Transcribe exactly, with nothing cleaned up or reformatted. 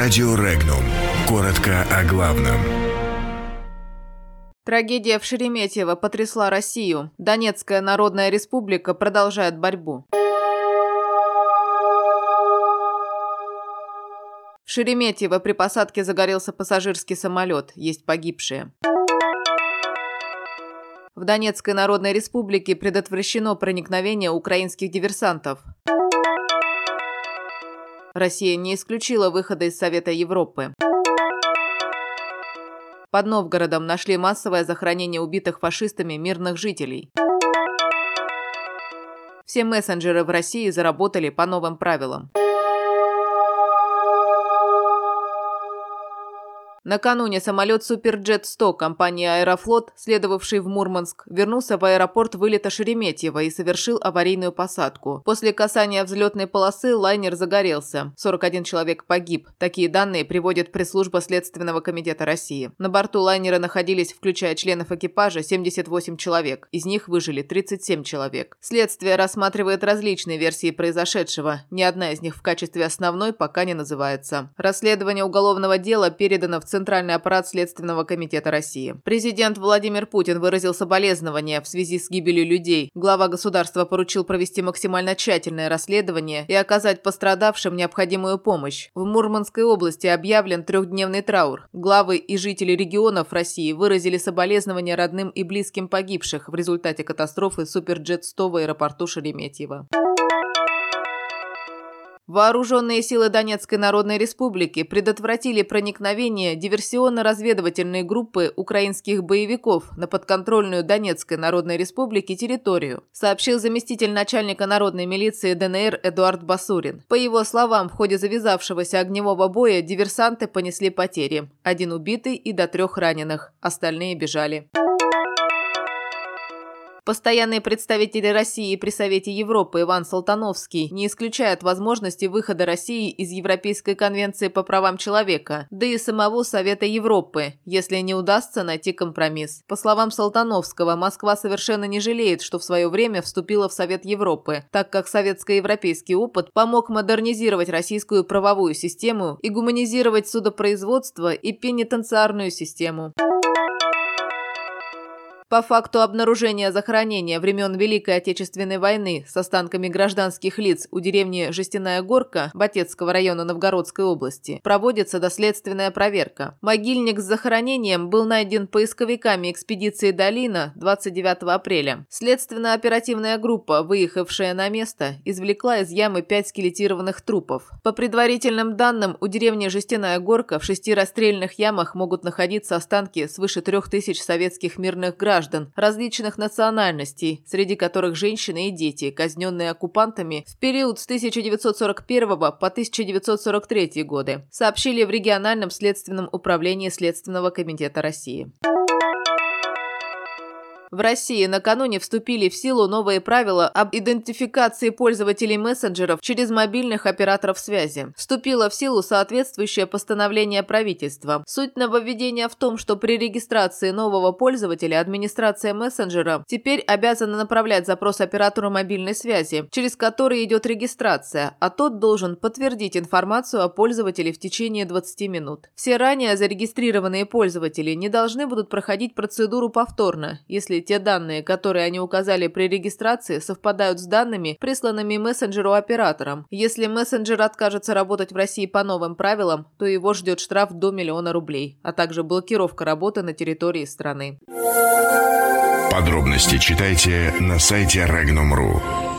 Радио Регнум. Коротко о главном. Трагедия в Шереметьево потрясла Россию. Донецкая Народная Республика продолжает борьбу. В Шереметьево при посадке загорелся пассажирский самолет. Есть погибшие. В Донецкой Народной Республике предотвращено проникновение украинских диверсантов. Россия не исключила выхода из Совета Европы. Под Новгородом нашли массовое захоронение убитых фашистами мирных жителей. Все мессенджеры в России заработали по новым правилам. Накануне самолет Суперджет сто компании «Аэрофлот», следовавший в Мурманск, вернулся в аэропорт вылета Шереметьево и совершил аварийную посадку. После касания взлетной полосы лайнер загорелся. сорок один человек погиб. Такие данные приводит пресс-служба Следственного комитета России. На борту лайнера находились, включая членов экипажа, семьдесят восемь человек. Из них выжили тридцать семь человек. Следствие рассматривает различные версии произошедшего. Ни одна из них в качестве основной пока не называется. Расследование уголовного дела передано в Центр Центральный аппарат Следственного комитета России. Президент Владимир Путин выразил соболезнования в связи с гибелью людей. Глава государства поручил провести максимально тщательное расследование и оказать пострадавшим необходимую помощь. В Мурманской области объявлен трехдневный траур. Главы и жители регионов России выразили соболезнования родным и близким погибших в результате катастрофы Суперджет сто в аэропорту Шереметьево. Вооруженные силы Донецкой Народной Республики предотвратили проникновение диверсионно-разведывательной группы украинских боевиков на подконтрольную Донецкой Народной Республике территорию, сообщил заместитель начальника народной милиции ДНР Эдуард Басурин. По его словам, в ходе завязавшегося огневого боя диверсанты понесли потери. Один убитый и до трех раненых. Остальные бежали. Постоянный представитель России при Совете Европы Иван Салтановский не исключает возможности выхода России из Европейской конвенции по правам человека, да и самого Совета Европы, если не удастся найти компромисс. По словам Салтановского, Москва совершенно не жалеет, что в свое время вступила в Совет Европы, так как советско-европейский опыт помог модернизировать российскую правовую систему и гуманизировать судопроизводство и пенитенциарную систему. По факту обнаружения захоронения времен Великой Отечественной войны с останками гражданских лиц у деревни Жестяная Горка Батецкого района Новгородской области проводится доследственная проверка. Могильник с захоронением был найден поисковиками экспедиции «Долина» двадцать девятого апреля. Следственно-оперативная группа, выехавшая на место, извлекла из ямы пять скелетированных трупов. По предварительным данным, у деревни Жестяная Горка в шести расстрельных ямах могут находиться останки свыше трех тысяч советских мирных граждан. граждан различных национальностей, среди которых женщины и дети, казненные оккупантами в период с тысяча девятьсот сорок первого по тысяча девятьсот сорок третий годы, сообщили в региональном следственном управлении Следственного комитета России. В России накануне вступили в силу новые правила об идентификации пользователей мессенджеров через мобильных операторов связи. Вступило в силу соответствующее постановление правительства. Суть нововведения в том, что при регистрации нового пользователя администрация мессенджера теперь обязана направлять запрос оператору мобильной связи, через который идет регистрация, а тот должен подтвердить информацию о пользователе в течение двадцати минут. Все ранее зарегистрированные пользователи не должны будут проходить процедуру повторно, если те данные, которые они указали при регистрации, совпадают с данными, присланными мессенджеру оператором. Если мессенджер откажется работать в России по новым правилам, то его ждет штраф до миллиона рублей, а также блокировка работы на территории страны. Подробности читайте на сайте регнум точка ру.